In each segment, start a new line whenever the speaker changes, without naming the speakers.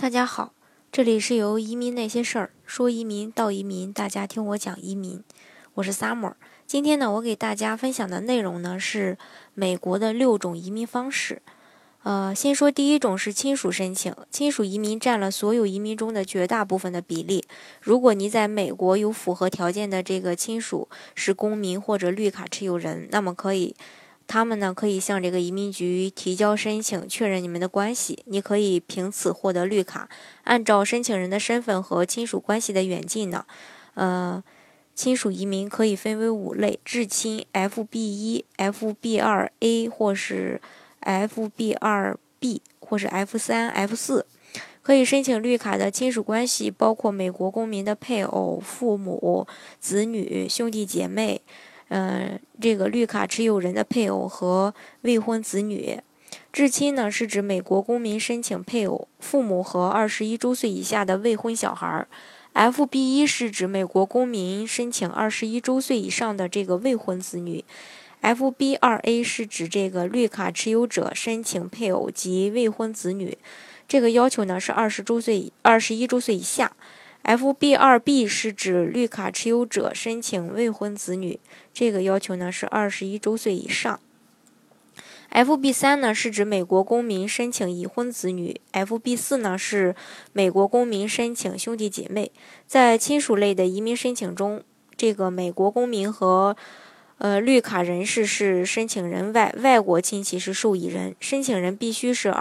大家好，这里是由移民那些事儿说移民到移民，大家听我讲移民。我是 Summer。今天呢，我给大家分享的内容呢是美国的6种移民方式。先说第一种是亲属申请，亲属移民占了所有移民中的绝大部分的比例。如果你在美国有符合条件的这个亲属是公民或者绿卡持有人，那么他们呢可以向这个移民局提交申请，确认你们的关系，你可以凭此获得绿卡。按照申请人的身份和亲属关系的远近呢，亲属移民可以分为5类：至亲 FB1、FB2A 或是 FB2B 或是 F3、F4。可以申请绿卡的亲属关系包括美国公民的配偶、父母、子女、兄弟姐妹。这个绿卡持有人的配偶和未婚子女。至亲呢是指美国公民申请配偶、父母和21周岁以下的未婚小孩。FB1 是指美国公民申请21周岁以上的这个未婚子女。FB2A 是指这个绿卡持有者申请配偶及未婚子女，这个要求呢是21周岁以下。FB2B 是指绿卡持有者申请未婚子女，这个要求呢是21周岁以上。FB3 呢是指美国公民申请已婚子女。FB4 呢是美国公民申请兄弟姐妹。在亲属类的移民申请中，这个美国公民和绿卡人士是申请人外，外国亲戚是受益人。申请人必须是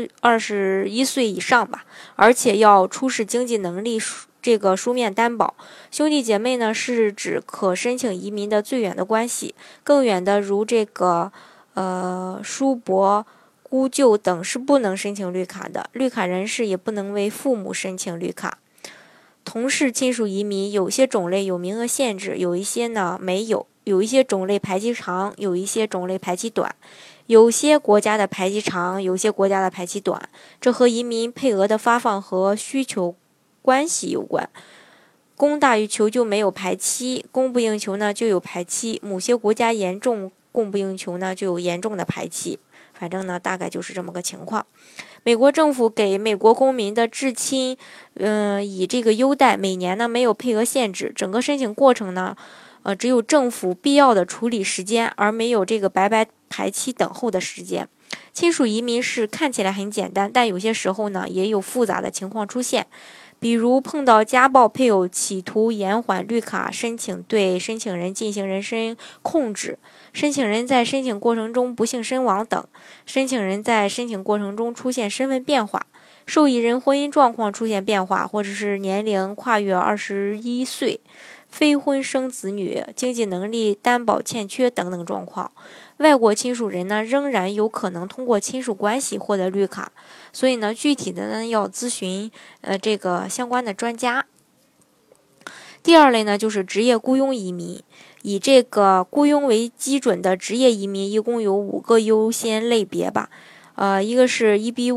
21岁以上吧，而且要出示经济能力这个书面担保。兄弟姐妹呢是指可申请移民的最远的关系，更远的如这个叔伯、姑舅等是不能申请绿卡的。绿卡人士也不能为父母申请绿卡。同氏亲属移民有些种类有名额限制，有一些呢没有。有一些种类排期长，有一些种类排期短，有些国家的排期长，有些国家的排期短，这和移民配额的发放和需求关系有关。供大于求就没有排期，供不应求呢就有排期。某些国家严重供不应求呢就有严重的排期。反正呢大概就是这么个情况。美国政府给美国公民的至亲以这个优待，每年呢没有配额限制，整个申请过程呢只有政府必要的处理时间，而没有这个白白排期等候的时间。亲属移民是看起来很简单，但有些时候呢也有复杂的情况出现，比如碰到家暴配偶企图延缓绿卡申请，对申请人进行人身控制，申请人在申请过程中不幸身亡等，申请人在申请过程中出现身份变化，受益人婚姻状况出现变化，或者是年龄跨越21岁，非婚生子女，经济能力担保欠缺等等状况。外国亲属人呢仍然有可能通过亲属关系获得绿卡，所以呢具体的呢要咨询这个相关的专家。第二类呢就是职业雇佣移民，以这个雇佣为基准的职业移民一共有5个优先类别吧。一个是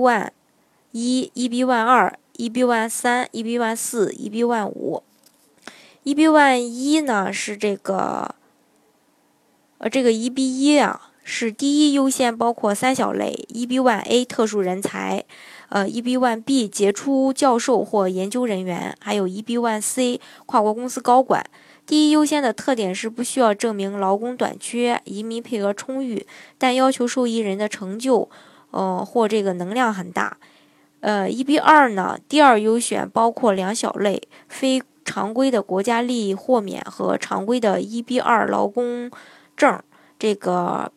EB1、EB1-2、EB1-3、EB1-4、EB1-5。EB1-1呢是这个EB1 啊是第一优先，包括3小类 ：EB1A 特殊人才，EB1B 杰出教授或研究人员，还有 EB1C 跨国公司高管。第一优先的特点是不需要证明劳工短缺，移民配额充裕，但要求受益人的成就或这个能量很大。EB2 呢，第二优选包括2小类：非常规的国家利益豁免和常规的 EB2 劳工证，这个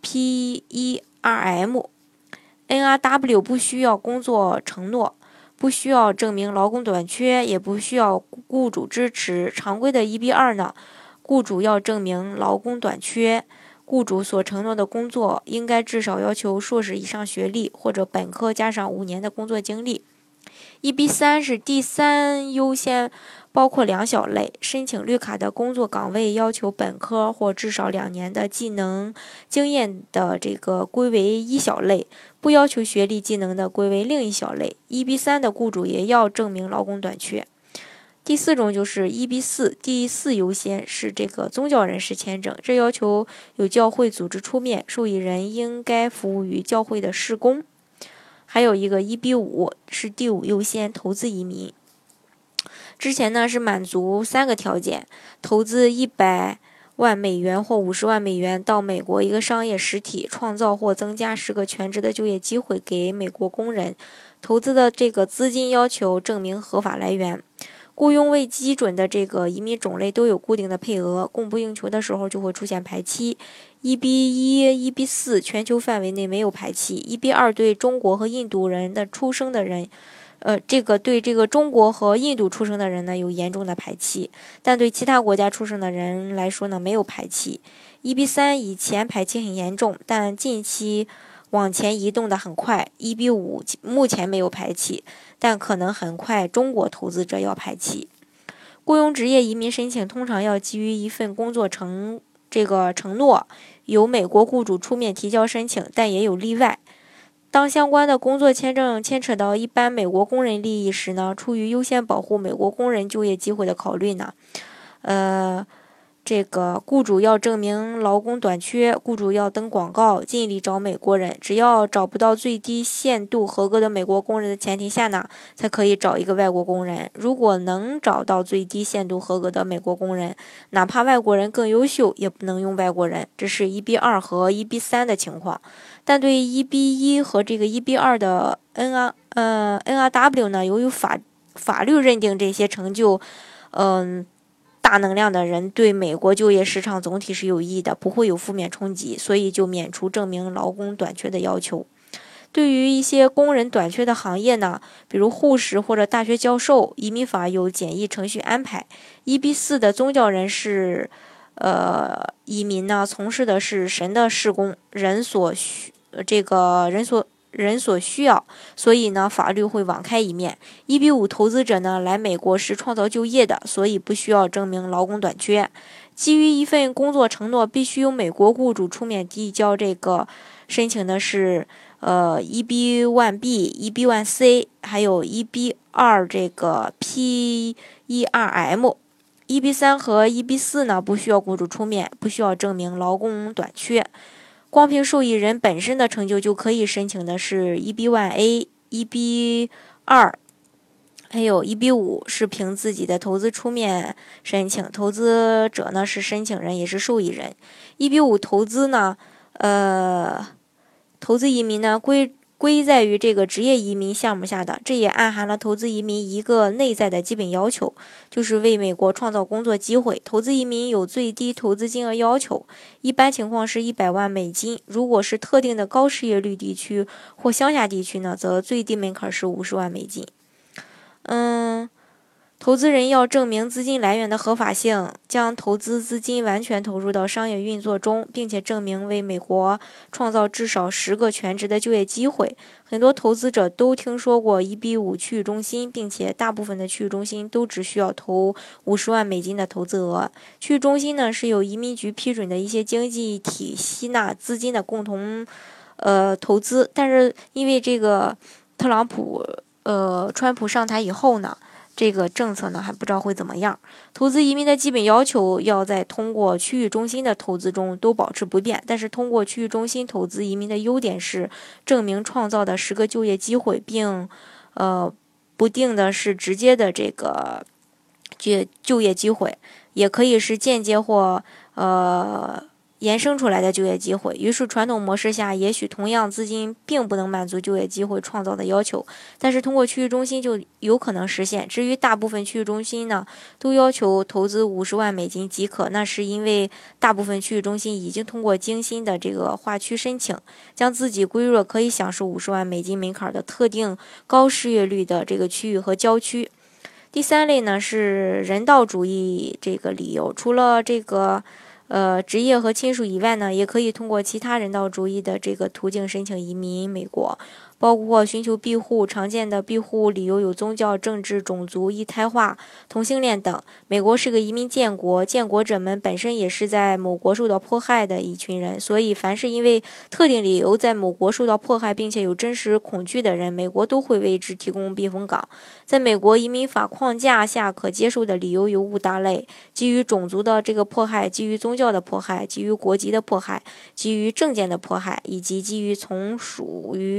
PERM。NRW 不需要工作承诺，不需要证明劳工短缺，也不需要雇主支持。常规的 EB2 呢，雇主要证明劳工短缺，雇主所承诺的工作应该至少要求硕士以上学历或者本科加上5年的工作经历。EB3 是第3优先，包括2小类：申请绿卡的工作岗位要求本科或至少2年的技能经验的这个归为1小类，不要求学历技能的归为另1小类。EB3 的雇主也要证明劳工短缺。第4种就是 EB4， 第4优先是这个宗教人士签证，这要求有教会组织出面，受益人应该服务于教会的事工。 还有一个1:5是第5优先投资移民。之前呢是满足3个条件，投资100万美元或50万美元到美国一个商业实体，创造或增加10个全职的就业机会给美国工人。投资的这个资金要求证明合法来源。雇佣为基准的这个移民种类都有固定的配额，供不应求的时候就会出现排期。1:1、1:4全球范围内没有排期。1:2对中国和印度人的出生的人。对这个中国和印度出生的人呢有严重的排期，但对其他国家出生的人来说呢没有排期。1:3以前排期很严重，但近期往前移动的很快。1:5目前没有排期，但可能很快中国投资者要排期。雇佣职业移民申请通常要基于一份工作承诺，由美国雇主出面提交申请，但也有例外。当相关的工作签证牵扯到一般美国工人利益时呢，出于优先保护美国工人就业机会的考虑呢，雇主要证明劳工短缺，雇主要登广告，尽力找美国人。只要找不到最低限度合格的美国工人的前提下呢，才可以找一个外国工人。如果能找到最低限度合格的美国工人，哪怕外国人更优秀，也不能用外国人。这是1:2和1:3的情况。但对1:1和这个1:2的 NRW 呢，由于法律认定这些成就，大能量的人对美国就业市场总体是有益的，不会有负面冲击，所以就免除证明劳工短缺的要求。对于一些工人短缺的行业呢，比如护士或者大学教授，移民法有简易程序安排。1:4的宗教人士移民呢，从事的是神的事工，人所需要，所以呢，法律会网开一面。1:5投资者呢来美国是创造就业的，所以不需要证明劳工短缺。基于一份工作承诺，必须由美国雇主出面递交这个申请的是1:1B、1:1C， 还有1:2这个 PERM。1:3和1:4呢不需要雇主出面，不需要证明劳工短缺。光凭受益人本身的成就就可以申请的是1:1A、1:2，还有1:5是凭自己的投资出面申请，投资者呢是申请人也是受益人。1:5投资呢，投资移民呢归在于这个职业移民项目下的，这也暗含了投资移民一个内在的基本要求，就是为美国创造工作机会。投资移民有最低投资金额要求，一般情况是100万美金，如果是特定的高失业率地区或乡下地区呢，则最低门槛是50万美金。投资人要证明资金来源的合法性，将投资资金完全投入到商业运作中，并且证明为美国创造至少10个全职的就业机会。很多投资者都听说过1:5区域中心，并且大部分的区域中心都只需要投50万美金的投资额。区域中心呢是由移民局批准的一些经济体吸纳资金的共同投资，但是因为这个川普上台以后呢，这个政策呢还不知道会怎么样。投资移民的基本要求要在通过区域中心的投资中都保持不变，但是通过区域中心投资移民的优点是证明创造的10个就业机会，并不定的是直接的这个就业机会，也可以是间接或延伸出来的就业机会。于是传统模式下，也许同样资金并不能满足就业机会创造的要求，但是通过区域中心就有可能实现。至于大部分区域中心呢，都要求投资50万美金即可，那是因为大部分区域中心已经通过精心的这个划区申请，将自己归入可以享受50万美金门槛的特定高失业率的这个区域和郊区。第3类呢是人道主义这个理由，除了这个职业和亲属以外呢，也可以通过其他人道主义的这个途径申请移民美国，包括寻求庇护。常见的庇护理由有宗教、政治、种族、一胎化、同性恋等。美国是个移民建国，建国者们本身也是在某国受到迫害的一群人，所以凡是因为特定理由在某国受到迫害并且有真实恐惧的人，美国都会为之提供避风港。在美国移民法框架下可接受的理由有5大类：基于种族的这个迫害，基于宗教的迫害，基于国籍的迫害，基于政见的迫害，以及基于从属于特定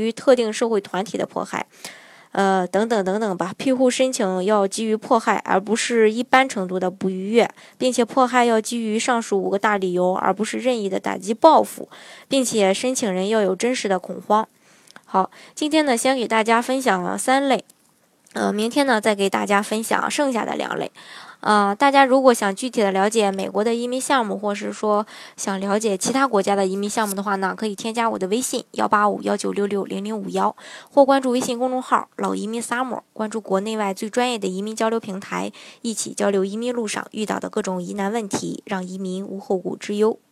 定社会团体的迫害，等等等等吧。庇护申请要基于迫害，而不是一般程度的不逾越，并且迫害要基于上述5个大理由，而不是任意的打击报复，并且申请人要有真实的恐慌。好，今天呢，先给大家分享了3类，明天呢，再给大家分享剩下的2类。大家如果想具体的了解美国的移民项目，或是说想了解其他国家的移民项目的话呢，可以添加我的微信18519660051，或关注微信公众号老移民 summer， 关注国内外最专业的移民交流平台，一起交流移民路上遇到的各种疑难问题，让移民无后顾之忧。